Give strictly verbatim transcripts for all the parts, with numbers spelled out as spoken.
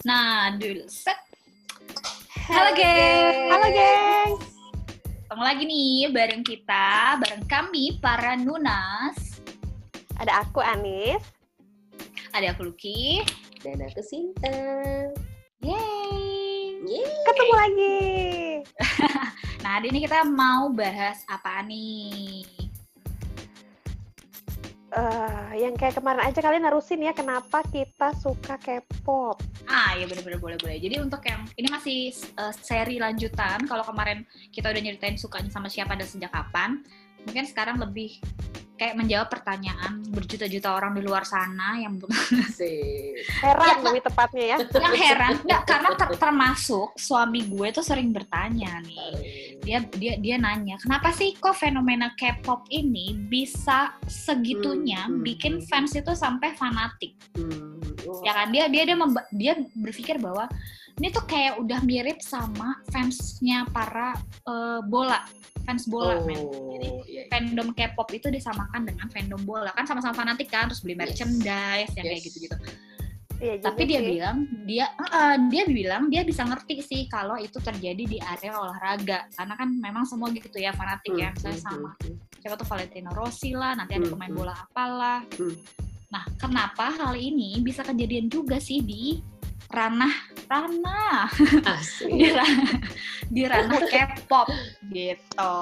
Nah, dulu set. Halo, geng. Halo, geng. Ketemu lagi nih bareng kita, bareng kami para Nunas. Ada aku Anis. Ada aku Lucky. Dan aku Sinta. Yeay. Yeay. Ketemu lagi. Nah, hari ini kita mau bahas apa nih? Uh, yang kayak kemarin aja kalian narusin ya, kenapa kita suka K-pop. Ah, ya bener-bener boleh-boleh. Jadi untuk yang ini masih uh, seri lanjutan. Kalau kemarin kita udah nyeritain sukanya sama siapa dan sejak kapan, mungkin sekarang lebih kayak menjawab pertanyaan berjuta-juta orang di luar sana yang heran ya, lebih tepatnya ya. Yang heran, nggak karena ter- termasuk suami gue tuh sering bertanya nih. Dia dia dia nanya, kenapa sih kok fenomena K-pop ini bisa segitunya hmm, bikin hmm, fans itu sampai fanatik? Hmm, oh. Ya kan dia dia dia memba- dia berpikir bahwa ini tuh kayak udah mirip sama fansnya para uh, bola, fans bola, oh, men. Jadi yeah, yeah. fandom K-pop itu disamakan dengan fandom bola, kan sama-sama fanatik kan, terus beli merchandise yes. yang yes. kayak gitu-gitu. Iya, tapi dia sih. bilang dia uh, dia bilang dia bisa ngerti sih kalau itu terjadi di area olahraga, karena kan memang semua gitu ya fanatik hmm, ya, misalnya hmm, sama hmm. siapa tuh Valentino Rossi lah, nanti ada pemain hmm, bola apalah. Hmm. Nah, kenapa hal ini bisa kejadian juga sih di ranah ranah di ranah di ranah K-pop gitu.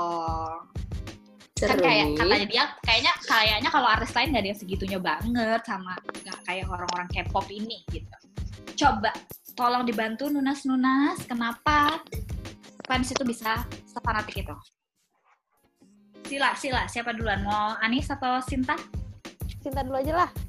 Kan kayak katanya dia kayaknya kayaknya kalau artis lain nggak ada yang segitunya banget sama nggak kayak orang-orang K-pop ini gitu. Coba tolong dibantu Nunas-Nunas, kenapa fans itu bisa sefanatik itu? Sila, Sila, siapa duluan? Mau Anis atau Sinta? Sinta dulu aja lah.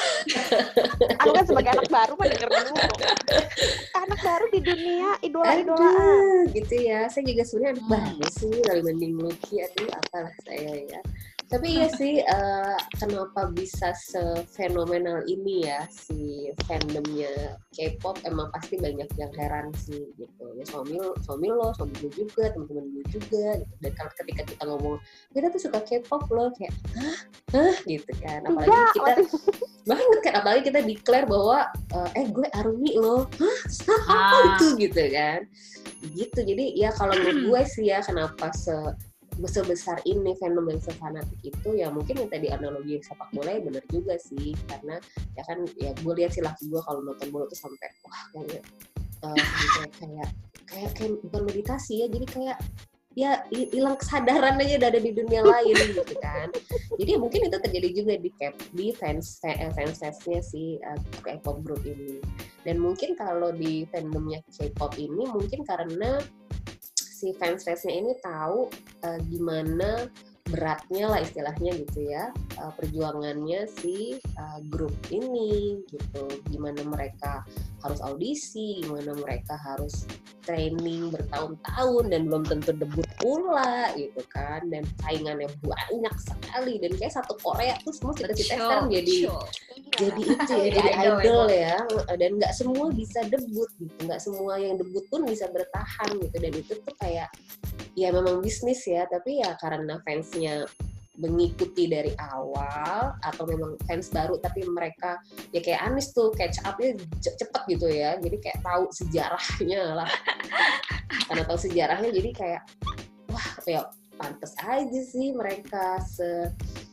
Aku kan sebagai anak baru kan denger dulu. Anak baru di dunia idola-idolaan. Gitu ya. Saya juga sebenarnya anak baru sih, kali mending Lucky, aduh apalah saya ya. Tapi iya sih, uh, kenapa bisa sefenomenal ini ya si fandomnya K-pop, emang pasti banyak yang heran sih gitu. Ya suami lo, suami lo, suami gue juga, teman-teman gue juga. Gitu. Dan ketika kita ngomong, kita tuh suka K-pop loh, kayak hah, hah gitu kan. Apalagi ya, kita banget kan, apalagi kita declare bahwa uh, eh gue ARMY loh, hah, apa ah. itu gitu kan. Gitu. Jadi ya kalau menurut gue sih ya kenapa se sebesar ini fandom yang sefanatik itu ya mungkin yang tadi analogi sepak bola ya benar juga sih, karena ya kan ya gue lihat sih laki gue kalau nonton bola tuh sampai wah kayak uh, kayak kayak kayak kayak bukan meditasi ya, jadi kayak ya hilang kesadaran aja udah ada di dunia lain gitu kan. Jadi mungkin itu terjadi juga di cap di fans fans fansnya si uh, K-pop group ini. Dan mungkin kalau di fandomnya K-pop ini mungkin karena si fans-fansnya ini tahu uh, gimana beratnya lah istilahnya gitu ya, uh, perjuangannya si uh, grup ini gitu, gimana mereka harus audisi, gimana mereka harus training bertahun-tahun dan belum tentu debut pula gitu kan, dan saingannya banyak sekali, dan kayak satu Korea tuh semua cita-cita sekarang jadi sure. jadi itu ya, jadi idol, idol ya, dan nggak semua bisa debut gitu, nggak semua yang debut pun bisa bertahan gitu, dan itu tuh kayak ya memang bisnis ya, tapi ya karena fansnya mengikuti dari awal atau memang fans baru tapi mereka ya kayak Anis tuh catch up-nya cepet gitu ya, jadi kayak tahu sejarahnya lah karena tahu sejarahnya jadi kayak wah ya pantas aja sih mereka se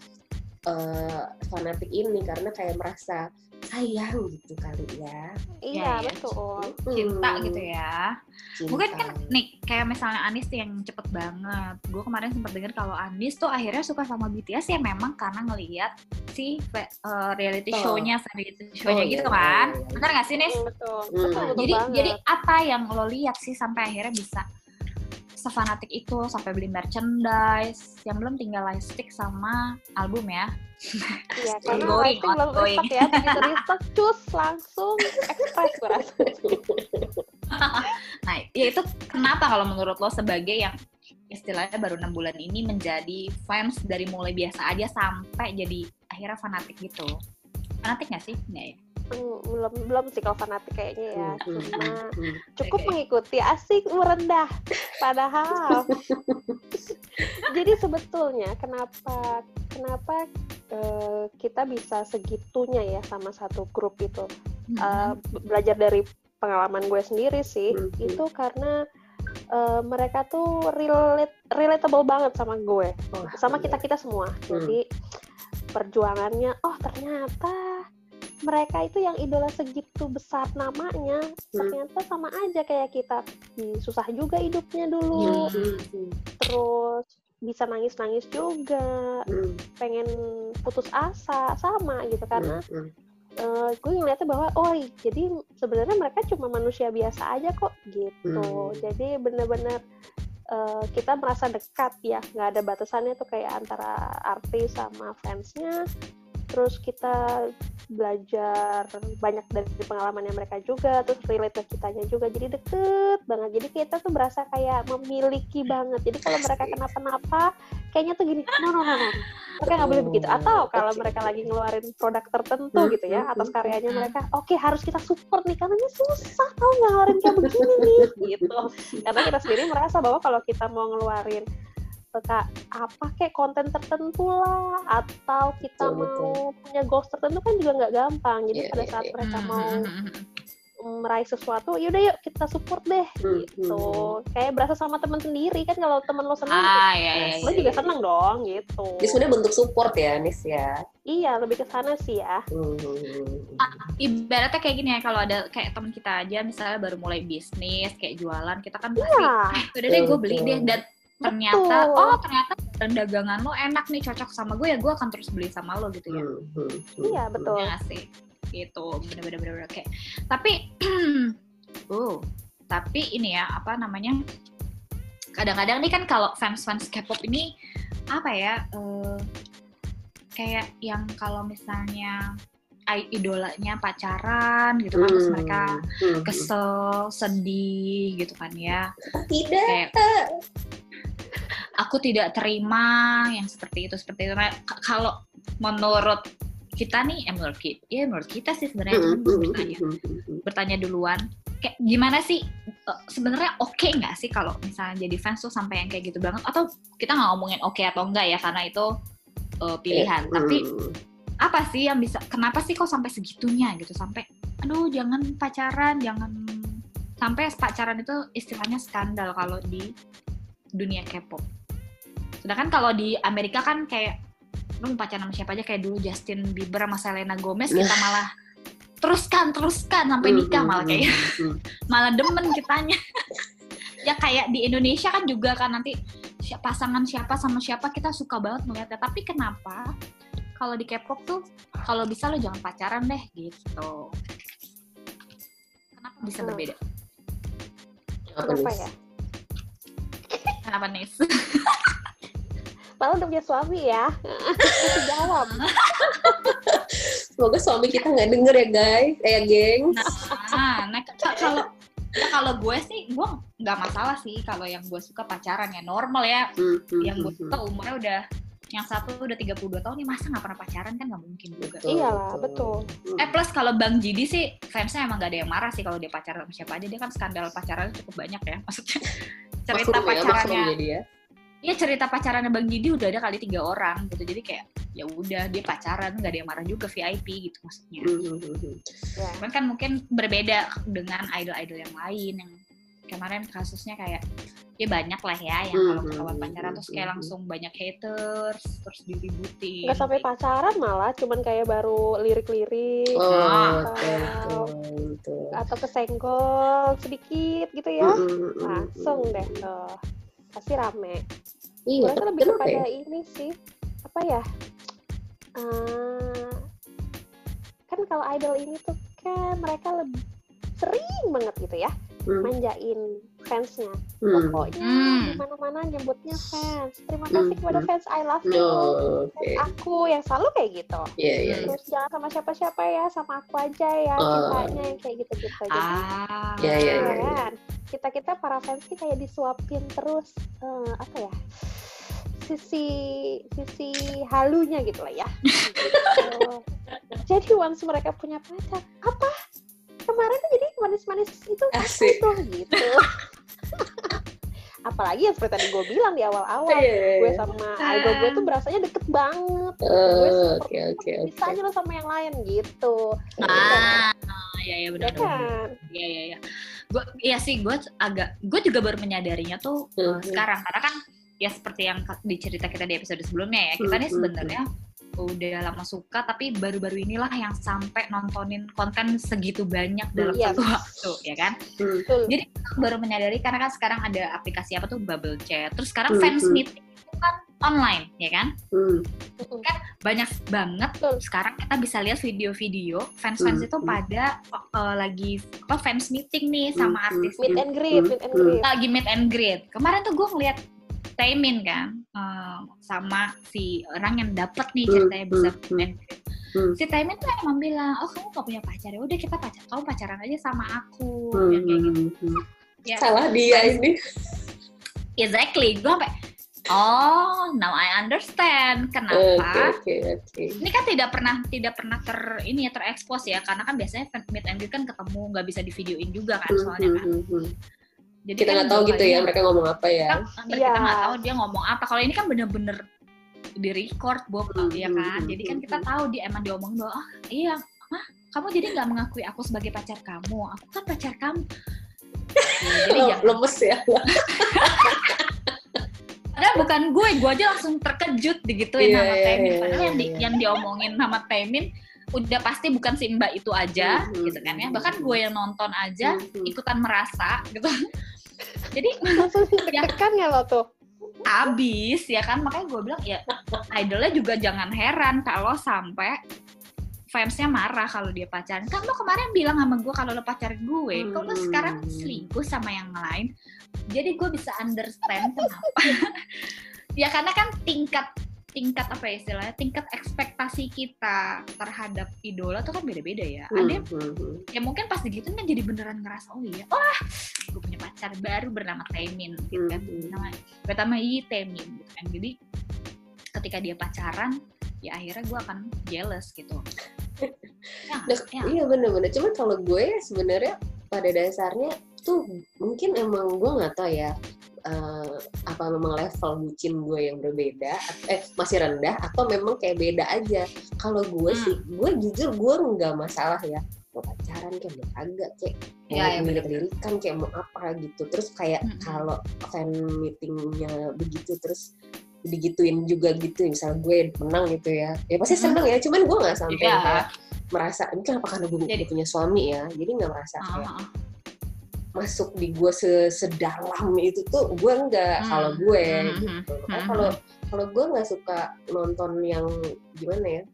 uh, fanatik ini karena kayak merasa sayang gitu kali ya. Iya, ya, betul. Cinta hmm. gitu ya. Cinta. Mungkin kan nih kayak misalnya Anis yang cepet banget. Gue kemarin sempat dengar kalau Anis tuh akhirnya suka sama B T S ya memang karena ngelihat si uh, reality oh. show-nya, reality show-nya oh, gitu iya, kan. Iya, iya. Benar nggak sih Nis? Hmm, betul. Hmm. betul, betul jadi banget. jadi apa yang lo lihat sih sampai akhirnya bisa sefanatik itu sampai beli merchandise yang belum tinggal lightstick sama album ya. Iya, karena lightstick belum restock ya, begitu restock cus langsung express berasa. Nah, ya itu kenapa kalau menurut lo sebagai yang istilahnya baru enam bulan ini menjadi fans dari mulai biasa aja sampai jadi akhirnya fanatik gitu. Fanatik nggak sih? Nggak ya? belum belum sih kalau fanatik kayaknya ya, cuma cukup okay. mengikuti, asik merendah padahal jadi sebetulnya kenapa kenapa uh, kita bisa segitunya ya sama satu grup itu, uh, belajar dari pengalaman gue sendiri sih, hmm. itu karena uh, mereka tuh relate, relatable banget sama gue, oh, sama kita-kita semua. Hmm. Jadi perjuangannya, oh ternyata mereka itu yang idola segitu besar namanya, hmm. ternyata sama aja kayak kita, susah juga hidupnya dulu, hmm. terus bisa nangis-nangis juga, hmm. pengen putus asa, sama gitu, karena hmm. uh, gue ngeliatnya bahwa, oh jadi sebenarnya mereka cuma manusia biasa aja kok, gitu. Hmm. Jadi benar-benar uh, kita merasa dekat ya, nggak ada batasannya tuh kayak antara artis sama fansnya. Terus kita belajar banyak dari pengalamannya mereka juga, terus relate ke kitanya juga, jadi deket banget. Jadi kita tuh berasa kayak memiliki banget. Jadi kalau mereka kenapa-napa, kayaknya tuh gini, no, no, no, no. Mereka nggak boleh begitu. Atau kalau mereka lagi ngeluarin produk tertentu gitu ya, atas karyanya mereka, oke okay, harus kita support nih, karena ini susah tau ngeluarin kayak begini nih, gitu. Karena kita sendiri merasa bahwa kalau kita mau ngeluarin Kak, apa kayak konten tertentu lah, atau kita betul, mau betul. punya goals tertentu kan juga nggak gampang. Jadi yeah, pada saat yeah, mereka yeah. mau meraih sesuatu, yaudah yuk kita support deh, mm-hmm. gitu. Kayak berasa sama teman sendiri kan, kalau teman lo senang, ah, ya, ya, lo ya, juga ya. senang dong, gitu. Ini sebenarnya bentuk support ya, Nis ya. Iya, lebih ke sana sih ya. Mm-hmm. Ah, ibaratnya kayak gini ya, kalau ada kayak teman kita aja, misalnya baru mulai bisnis, kayak jualan, kita kan pasti, yeah. eh, udah deh gue beli deh, dan ternyata, betul. oh ternyata dagangan lo enak nih, cocok sama gue ya, gue akan terus beli sama lo gitu ya. Mm-hmm. Iya, betul. Ya sih. Gitu, bener-bener kayak. Tapi, uh, tapi ini ya, apa namanya, kadang-kadang nih kan kalau fans-fans K-pop ini, apa ya, uh, kayak yang kalau misalnya idolanya pacaran gitu kan, hmm. terus mereka kesel, sedih gitu kan ya. Tidak. Kayak, aku tidak terima yang seperti itu, seperti itu. K- kalau menurut kita nih, eh, menurut kita, ya menurut kita sih sebenarnya mm-hmm. bertanya, bertanya duluan, kayak gimana sih, uh, sebenarnya oke okay nggak sih kalau misalnya jadi fans tuh sampai yang kayak gitu banget? Atau kita nggak ngomongin oke okay atau enggak ya, karena itu uh, pilihan. Mm-hmm. Tapi apa sih yang bisa, kenapa sih kok sampai segitunya gitu, sampai, aduh jangan pacaran, jangan sampai pacaran itu istilahnya skandal kalau di dunia K-pop. Sedangkan kalau di Amerika kan kayak lu mau pacaran sama siapa aja, kayak dulu Justin Bieber sama Selena Gomez, kita malah teruskan teruskan sampai nikah, malah kayak malah demen kitanya. Ya kayak di Indonesia kan juga kan, nanti pasangan siapa sama siapa kita suka banget melihatnya. Tapi kenapa kalau di K-pop tuh kalau bisa lo jangan pacaran deh gitu. Kenapa bisa berbeda? Kenapa ya? Kenapa nih? Padahal udah punya suami ya. Kasih jawab. Semoga suami kita nggak denger ya guys, eh geng. Nah, nah k- kalau ya kalau gue sih, gue nggak masalah sih kalau yang gue suka pacaran ya, normal ya. Mm-hmm. Yang gue suka umurnya udah, yang satu udah tiga puluh dua tahun nih, masa nggak pernah pacaran kan, nggak mungkin juga. Iya lah, betul. Eh plus kalau Bang Jidi sih fansnya emang gak ada yang marah sih kalau dia pacaran sama siapa aja. Dia kan skandal pacarannya cukup banyak ya, maksudnya cerita maksudnya, pacarannya. Ya, Iya cerita pacarannya Bang Jidi udah ada kali tiga orang gitu, jadi kayak ya udah dia pacaran, nggak ada yang marah juga, V I P gitu maksudnya. Mm-hmm. Ya. Cuman kan mungkin berbeda dengan idol-idol yang lain yang kemarin kasusnya kayak ya banyak lah ya yang kalau ketahuan pacaran terus kayak langsung banyak haters, terus diributin. Nggak sampai pacaran malah, cuman kayak baru lirik-lirik, oh, atau, betul. atau kesenggol sedikit gitu ya, langsung deh tuh pasti rame. Iya, itu lebih kepada ya? Ini sih apa ya? Uh, kan kalau idol ini tuh kan mereka lebih sering banget gitu ya, hmm. manjain fansnya. Hmm. Pokoknya hmm. di mana-mana nyebutnya fans. Terima kasih hmm. kepada fans I love you. Oh, okay. Aku yang selalu kayak gitu. Yeah, yeah, Terus yeah. jangan sama siapa-siapa ya, sama aku aja ya, uh. cintanya yang kayak gitu-gitu aja. Ah, ya ya ya. Kita-kita para fans sih kayak disuapin terus uh, apa ya? sisi sisi halunya gitu lah ya. Gitu. Jadi once mereka punya pacar, apa? Kemarin tuh jadi manis-manis itu asik tuh gitu. apalagi yang seperti tadi gue bilang di awal-awal, yeah. gue sama idol gue tuh berasanya deket banget. Uh, oke oke oke. Bisa aja lo sama yang lain gitu. Ah, ya ya benar. Ya kan? Iya iya iya. Gue iya sih gue agak gue juga baru menyadarinya tuh uh, Mm-hmm. sekarang karena kan ya seperti yang dicerita kita di episode sebelumnya ya, kita nih sebenarnya udah lama suka tapi baru-baru inilah yang sampai nontonin konten segitu banyak dalam yes. satu waktu ya kan. Betul. Jadi baru menyadari karena kan sekarang ada aplikasi apa tuh Bubble Chat, terus sekarang Hmm, fans hmm. meeting itu kan online ya kan. Hmm. Kan banyak banget Betul. sekarang kita bisa lihat video-video fans-fans Hmm, itu hmm. pada uh, lagi apa fans meeting nih sama Hmm, artis Meet and greet, meet and greet. lagi meet and greet. Kemarin tuh gue ngeliat Taemin kan uh, sama si orang yang dapet nih ceritanya bisa Hmm, meet and greet. Hmm. Si Taemin tuh emang bilang, oh kamu gak punya pacar ya udah kita pacar, kamu pacaran aja sama aku, Hmm. yang kayak gitu. Hmm. Ya, Salah dia fans- ini. Exactly, gue sampai oh now I understand kenapa. Oke oke oke. Ini kan tidak pernah tidak pernah ter ini ya terekspos ya karena kan biasanya meet and greet kan ketemu nggak bisa di videoin juga kan soalnya kan. Hmm, hmm, hmm. Jadi Kita kan nggak tahu dua gitu ya kalinya- mereka ngomong apa ya. kita Iya. kita nggak tahu dia ngomong apa. Kalau ini kan bener-bener di record Bob Hmm, ya kan. hmm, Jadi kan hmm, kita tahu dia emang diomongin bahwa ah iya mah kamu jadi nggak mengakui aku sebagai pacar kamu. Aku kan pacar kamu. Ya, jadi Lem- jangan. lemes ya. Padahal bukan gue, gue aja langsung terkejut digituin Iya, sama iya, Taemin. iya, Padahal yang, di, iya. yang diomongin sama Taemin udah pasti bukan si Mbak itu aja, Hmm, gitu kan ya. Bahkan gue yang nonton aja Hmm. ikutan merasa, gitu. Jadi Langsung ya deg-degan ya lo tuh. abis ya kan, makanya gue bilang ya idolnya juga jangan heran kalau sampai fansnya marah kalau dia pacaran. Kan lo kemarin bilang sama gue kalau lo pacaran gue, kok lo Hmm. sekarang selingkuh sama yang lain. Jadi gue bisa understand kenapa. Ya karena kan tingkat tingkat apa ya istilahnya, tingkat ekspektasi kita terhadap idola tuh kan beda-beda ya. Ada yang, Hmm, hmm, ya mungkin pas digituin kan jadi beneran ngerasa oh iya, wah gue punya pacar baru bernama Taemin gitu kan. Hmm. Namanya pertama Yi Taemin gitu kan. Jadi ketika dia pacaran ya akhirnya gue akan jealous gitu. Ya, Nah, ya. iya benar-benar. Cuma kalau gue sebenarnya pada dasarnya tuh mungkin emang gue nggak tahu ya uh, apa memang level bucin gue yang berbeda, eh masih rendah atau memang kayak beda aja. Kalau gue Hmm. sih, gue jujur gue nggak masalah ya mau pacaran kayak mau agak kayak mau Ya, ya, lirik-lirikan kayak mau apa gitu. Terus kayak Hmm. kalau fan meetingnya begitu terus digituin juga gitu, misalnya gue menang gitu ya, ya pasti Hmm. seneng ya. Cuman gue nggak sampai Iya. kayak merasa mungkin apa karena gue Jadi- punya suami ya, jadi nggak merasa Ah, kayak ah, ah. masuk di gue se- sedalam itu tuh gue nggak. Hmm. Kalau gue Hmm, gitu. hmm, Makanya hmm, kalau hmm. kalau gue nggak suka nonton yang gimana ya,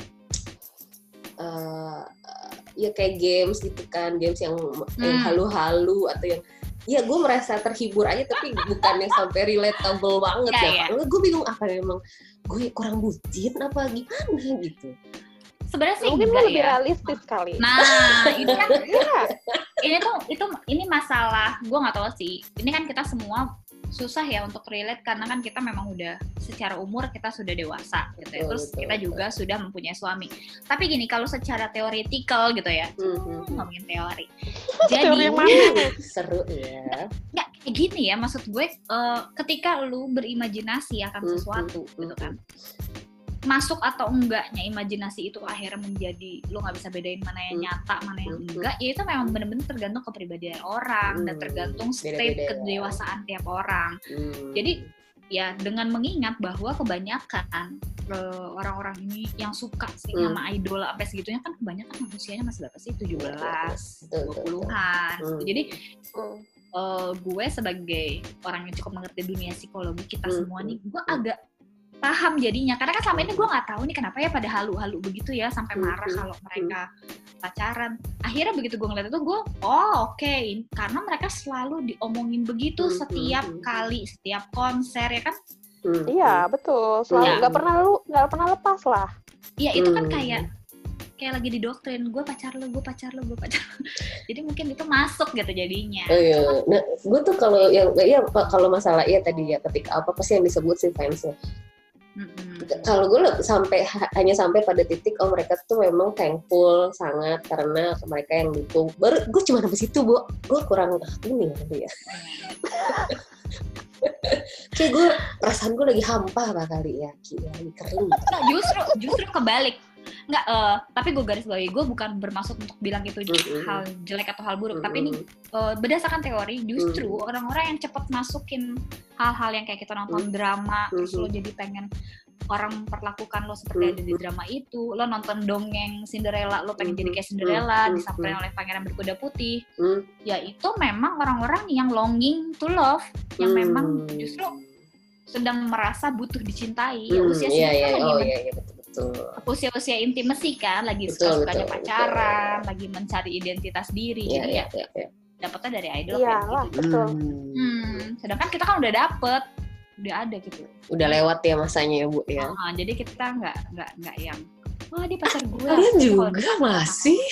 eh ya kayak games gitu kan, games yang, yang Hmm. halu-halu atau yang ya gue merasa terhibur aja tapi bukan yang sampai relatable banget Ya, ya. ya. Kalau gue bingung apa emang gue kurang bucin apa gimana gitu. Sebenarnya sih Mungkin lo enggak lebih ya. realistis kali. Nah, ini kan Iya. ini tuh itu ini masalah gue nggak tahu sih. Ini kan kita semua susah ya untuk relate karena kan kita memang udah secara umur kita sudah dewasa gitu ya. Terus Betul, kita betul. juga sudah mempunyai suami. Tapi gini kalau secara teoretikal gitu ya, Hmm, hmm, ngomongin teori. Teori Jadi yang mana? seru ya. nggak kayak gini ya maksud gue eh, ketika lu berimajinasi akan Hmm, sesuatu hmm, gitu hmm. kan. Masuk atau enggaknya imajinasi itu akhirnya menjadi lu nggak bisa bedain mana yang Hmm. nyata mana yang Hmm. enggak, ya itu memang benar-benar tergantung kepribadian orang dan Hmm. tergantung state Beda-beda ya. kedewasaan tiap orang. Hmm. Jadi ya dengan mengingat bahwa kebanyakan eh, orang-orang ini yang suka sih Hmm. sama idola sampai segitunya kan kebanyakan usianya masih berapa sih, tujuh belas, Betul, betul, dua puluhan. Hmm. Jadi Hmm. eh, gue sebagai orang yang cukup mengerti dunia psikologi kita Hmm. semua nih, gue Hmm. agak paham jadinya karena kan selama ini gue nggak tahu nih kenapa ya pada halu-halu begitu ya sampai Hmm. marah Hmm. kalau mereka pacaran. Akhirnya begitu gue ngeliat itu gue oh oke okay. Karena mereka selalu diomongin begitu Hmm. setiap Hmm. kali setiap konser ya kan. Hmm. Iya, betul. Selalu Ya. nggak pernah lu nggak pernah lepas lah. Iya itu kan Hmm. kayak kayak lagi didoktrin, gue pacar lo, gue pacar lo, gue pacar lo. Jadi mungkin itu masuk gitu jadinya. Oh, iya. Nah, gue tuh kalau yang ya kalau masalah ya tadi ya ketika apa pasti yang disebut sih fansnya. Mm-mm. Kalau gue sampai hanya sampai pada titik oh mereka tuh memang thankful sangat karena mereka yang dukung. Baru gue cuma sampai situ, Bu. Gue kurang ini ya. Kayak gue perasaan gue lagi hampa apa kali ya, Ki, lagi kering. Nah, justru justru kebalik. Nggak, uh, tapi gue garis bawahi, gue bukan bermaksud untuk bilang itu mm-hmm. hal jelek atau hal buruk, mm-hmm. tapi ini uh, berdasarkan teori, justru mm-hmm. orang-orang yang cepat masukin hal-hal yang kayak kita nonton mm-hmm. drama, mm-hmm. terus lo jadi pengen orang perlakukan lo seperti mm-hmm. ada di drama itu, lo nonton dongeng Cinderella, lo pengen mm-hmm. jadi kayak Cinderella, mm-hmm. disamperin oleh pangeran berkuda putih, mm-hmm. ya itu memang orang-orang yang longing to love, yang mm-hmm. memang justru sedang merasa butuh dicintai, mm-hmm. ya usia segitu yeah, yeah. lagi oh, men- yeah, yeah, betul. usia-usia intimasi kan, lagi suka-sukanya pacaran, betul. Lagi mencari identitas diri, yeah, jadi yeah, ya, yeah, yeah. dapetnya dari idol yeah, kayak lah, gitu. Betul. Hmm, sedangkan kita kan udah dapet, udah ada gitu. Udah lewat ya masanya ya Bu ya. Uh, jadi kita nggak nggak nggak yang, wah dia pacar gue. Kalian juga masih.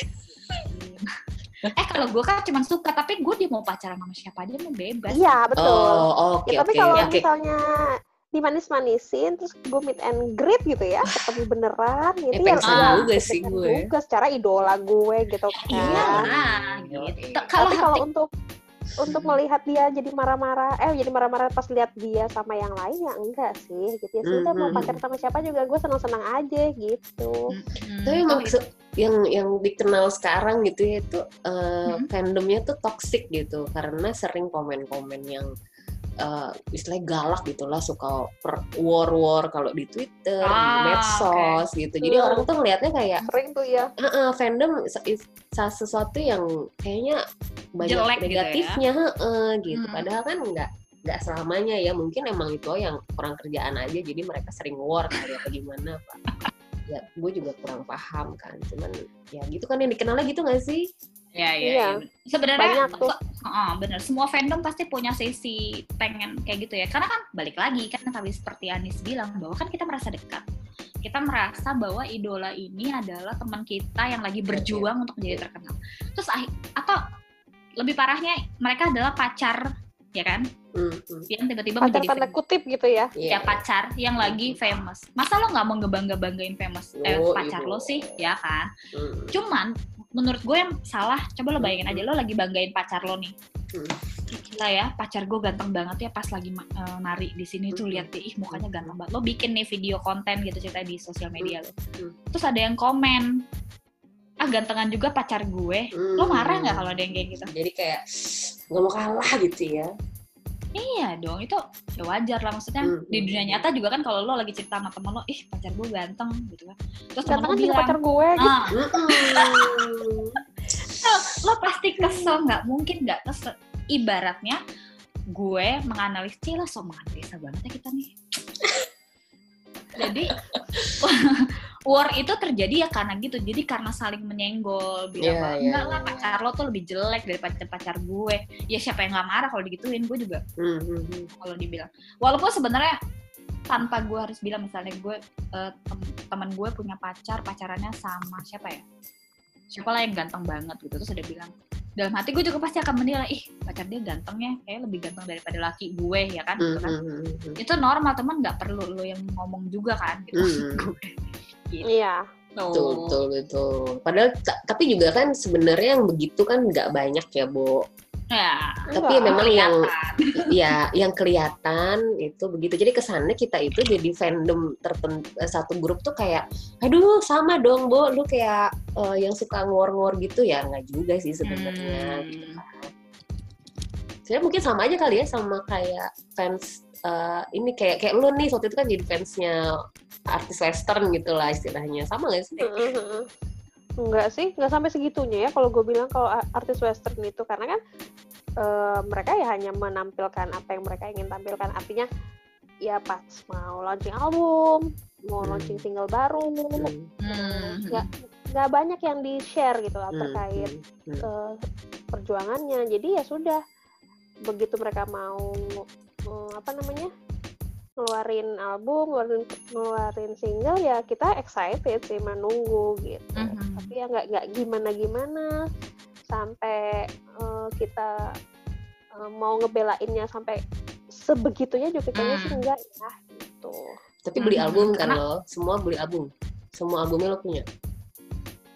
Eh kalau gue kan cuma suka, tapi gue dia mau pacaran sama siapa aja mau bebas. Iya betul. Oh, oke okay, ya, tapi okay, kalau okay. misalnya dimanis-manisin terus gue meet and greet gitu ya, ketemu beneran gitu eh, ya, ah, juga sih gue. Juga secara idola gue gitu kan. Iya lah, gitu. Tapi kalau untuk untuk melihat dia jadi marah-marah, eh jadi marah-marah pas lihat dia sama yang lain ya enggak sih, gitu ya. Sudah mm-hmm. mau pacaran sama siapa juga gue senang-senang aja gitu. Mm-hmm. Tapi maksud yang yang dikenal sekarang gitu ya itu uh, mm-hmm. fandomnya tuh toxic gitu karena sering komen-komen yang Uh, istilahnya galak gitulah, suka per war-war kalau di Twitter, ah, di medsos okay. gitu. Jadi hmm. orang tuh ngelihatnya kayak sering tuh ya. Uh-uh, fandom sesuatu yang kayaknya banyak jelek negatifnya, gitu, ya? uh, gitu. Hmm. Padahal kan nggak nggak selamanya ya. Mungkin emang itu yang kurang kerjaan aja. Jadi mereka sering war kali apa gimana Pak. Ya, gue juga kurang paham kan. Cuman ya gitu kan yang dikenalnya gitu nggak sih? Ya, ya, iya. ya. Sebenarnya tuh. Uh, bener, semua fandom pasti punya sisi pengen kayak gitu ya. Karena kan balik lagi kan tadi seperti Anis bilang bahwa kan kita merasa dekat. Kita merasa bahwa idola ini adalah teman kita yang lagi berjuang untuk menjadi terkenal. Terus atau lebih parahnya mereka adalah pacar, ya kan? Mm-hmm. Yang tiba-tiba pacar menjadi tanda kutip gitu ya. Ya pacar yang lagi famous. Masa lo nggak mau ngebangga-banggain famous oh, eh, pacar ibu. Lo sih, ya kan? Mm. Cuman menurut gue yang salah, coba lo bayangin aja lo lagi banggain pacar lo nih. Hmm. Gila ya, pacar gue ganteng banget ya pas lagi uh, nari di sini tuh, lihat deh, ih mukanya ganteng banget. Lo bikin nih video konten gitu cerita di sosial media lo. Hmm. Terus ada yang komen, ah gantengan juga pacar gue. Hmm. Lo marah nggak kalau ada yang kayak gitu? Jadi kayak nggak mau kalah gitu ya. Iya dong, itu ya wajar lah, maksudnya hmm. di dunia nyata juga kan kalau lo lagi cerita sama temen lo, ih pacar gue ganteng gitu kan, terus temen lo bilang pacar gue gitu. Ah. lo, lo pasti kesel, nggak mungkin nggak kesel. Ibaratnya gue menganalisis, cila so menganalisa banget ya kita nih. Jadi war itu terjadi ya karena gitu, jadi karena saling menyenggol, bilang yeah, enggak yeah, lah pacar yeah. lo tuh lebih jelek daripada pacar gue. Ya siapa yang nggak marah kalau digituin, gue juga mm-hmm. kalau dibilang. Walaupun sebenarnya tanpa gue harus bilang, misalnya gue uh, tem- teman gue punya pacar, pacarannya sama siapa ya? Siapa lah yang ganteng banget gitu, terus dia bilang, dalam hati gue juga pasti akan menilai, ih pacar dia gantengnya kayak lebih ganteng daripada laki gue ya kan, gitu kan. Mm-hmm. Itu normal, teman nggak perlu lo yang ngomong juga kan gitu. Mm-hmm. Gitu. Iya. Betul, betul, betul. Padahal t- tapi juga kan sebenarnya yang begitu kan nggak banyak ya, Bo. Ya. Tapi ya memang yang ya yang kelihatan itu begitu. Jadi kesannya kita itu jadi fandom tertentu, satu grup tuh kayak, aduh sama dong, Bo, lu kayak uh, yang suka ngor-ngor gitu ya, nggak juga sih sebenarnya. Hmm. Gitu kan. Sebenarnya mungkin sama aja kali ya, sama kayak fans uh, ini kayak kayak lu nih waktu itu kan jadi fansnya artis western gitu lah istilahnya, sama nggak sih? Uh-huh. Enggak sih, nggak sampai segitunya ya kalau gue bilang kalau artis western itu, karena kan uh, mereka ya hanya menampilkan apa yang mereka ingin tampilkan, artinya ya pas mau launching album, mau hmm. launching single baru, hmm. nggak nggak banyak yang di share gitu lah terkait hmm. Hmm. Uh, perjuangannya. Jadi ya sudah, begitu mereka mau uh, apa namanya ngeluarin album, ngeluarin, ngeluarin single, ya kita excited sih menunggu gitu. Mm-hmm. Tapi ya nggak nggak gimana-gimana sampai uh, kita uh, mau ngebelainnya sampai sebegitunya juga kayaknya mm. sih enggak ya gitu. Tapi beli album kan mm-hmm. lo, semua beli album, semua albumnya lo punya?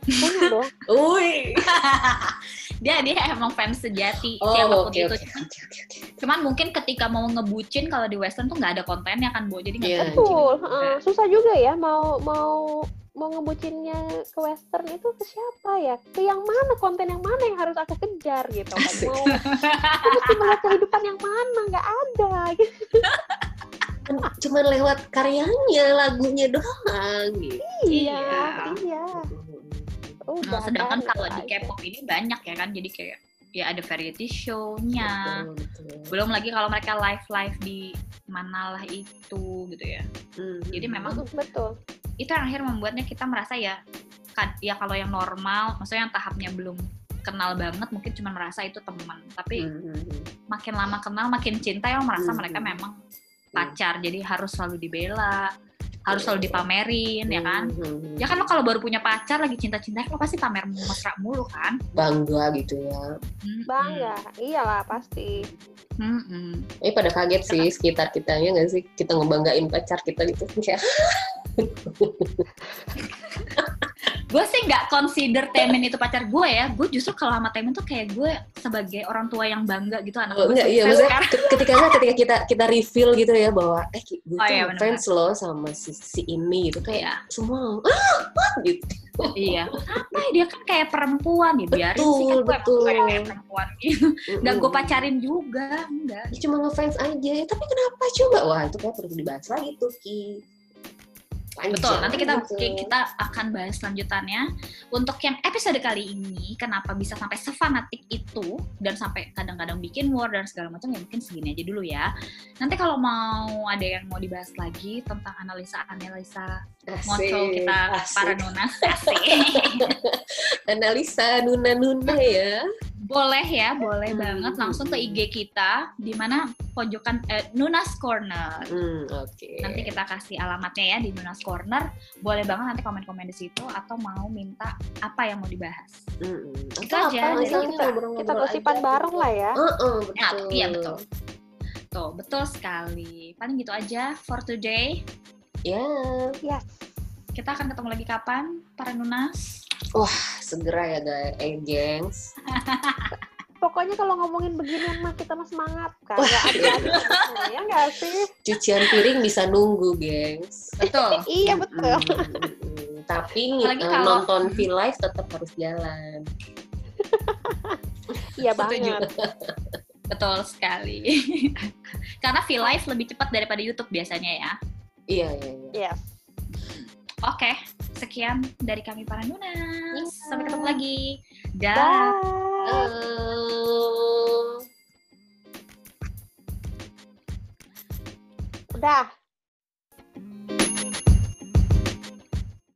Punya dong. Wih. dia dia emang fans sejati Oh, siapapun oke, itu. oke, Cuman, oke, oke, oke. cuman mungkin ketika mau ngebucin kalau di western tuh nggak ada kontennya kan, Bo. Jadi nggak Iya, bisa bucin Betul, juga. uh, susah juga ya mau mau mau ngebucinnya ke western itu ke siapa ya? Ke yang mana, konten yang mana yang harus aku kejar gitu kan? Asik. Mau aku mesti melihat kehidupan yang mana? Nggak ada gitu. Cuman lewat karyanya, lagunya doang gitu. Iya, Iya. iya. Udah, Nah, sedangkan kan, kalau itu di aja. K-pop ini banyak ya kan, jadi kayak ya ada variety show-nya. Betul, betul. Belum lagi kalau mereka live-live di manalah itu gitu ya. Hmm. Jadi memang Mm, betul. itu yang akhirnya membuatnya kita merasa ya kan, ya kalau yang normal, maksudnya yang tahapnya belum kenal banget mungkin cuma merasa itu teman, tapi Hmm. makin lama kenal makin cinta ya merasa Hmm. mereka memang pacar, jadi harus selalu dibela, harus selalu dipamerin ya kan. Hmm. Ya kan lo kalau baru punya pacar lagi cinta-cinta lo pasti pamer mesra mulu kan. Bangga gitu ya. Mm-mm. Bangga, iyalah pasti. Mm-mm. Eh pada kaget sih sekitar kitanya nggak sih, kita ngebanggain pacar kita gitu ya. Gue sih nggak consider Taemin itu pacar gue ya. Gue justru kalau sama Taemin tuh kayak gue sebagai orang tua yang bangga gitu, anak Oh, gue enggak, iya, sukses maksudnya sekarang. ke- ketika enggak, ketika kita kita reveal gitu ya bahwa eh gue Oh, tuh iya, fans loh sama si, si ini gitu, kayak Iya. semua ah, what? Gitu. Iya. Apa ya, dia kan kayak perempuan ya, biarin Betul, sih kan gue betul. emang kayak, kayak perempuan gitu. Nggak gue Mm-mm. pacarin juga, enggak. Ya, cuma ngefans aja, ya, tapi kenapa coba? Wah itu kayak perlu dibahas lagi tuh Ki. Panjang Betul, nanti kita gitu. kita akan bahas lanjutannya. Untuk yang episode kali ini, kenapa bisa sampai sefanatik itu dan sampai kadang-kadang bikin war dan segala macam, ya mungkin segini aja dulu ya. Nanti kalau mau ada yang mau dibahas lagi tentang analisa-analisa ngocol kita asik. para nunas, asik. Analisa nuna-nuna ya. Boleh ya, boleh Hmm, banget langsung ke I hmm. G kita di mana pojokan eh, Nunas Corner. Hmm, oke. Nanti kita kasih alamatnya ya di Nunas Corner. Boleh banget nanti komen-komen di situ atau mau minta apa yang mau dibahas. Mm-mm. Itu Atau aja, apa, jadi misalnya kita- ngobrol-ngobrol Kita gosipan aja. bareng lah ya. Heeh, Ya, betul. iya betul. Tuh, betul sekali. Paling gitu aja for today. Ya, Yes. Kita akan ketemu lagi kapan, para Nunas? segera ya guys, eh gengs. Pokoknya kalau ngomongin beginian mah kita mah semangat kan. Nggak ada ya nggak sih? Cucian piring bisa nunggu, gengs. Betul. Iya betul. Mm-mm. Tapi Apalagi eh, kalau- nonton V-Live tetap harus jalan. Iya Setuju. banget. Betul sekali. Karena V-Live lebih cepat daripada YouTube biasanya ya. Iya, iya, iya. Yes. Oke, sekian dari kami para Nunas. Iya. Sampai ketemu lagi. Dah. Bye. Eh, Udah.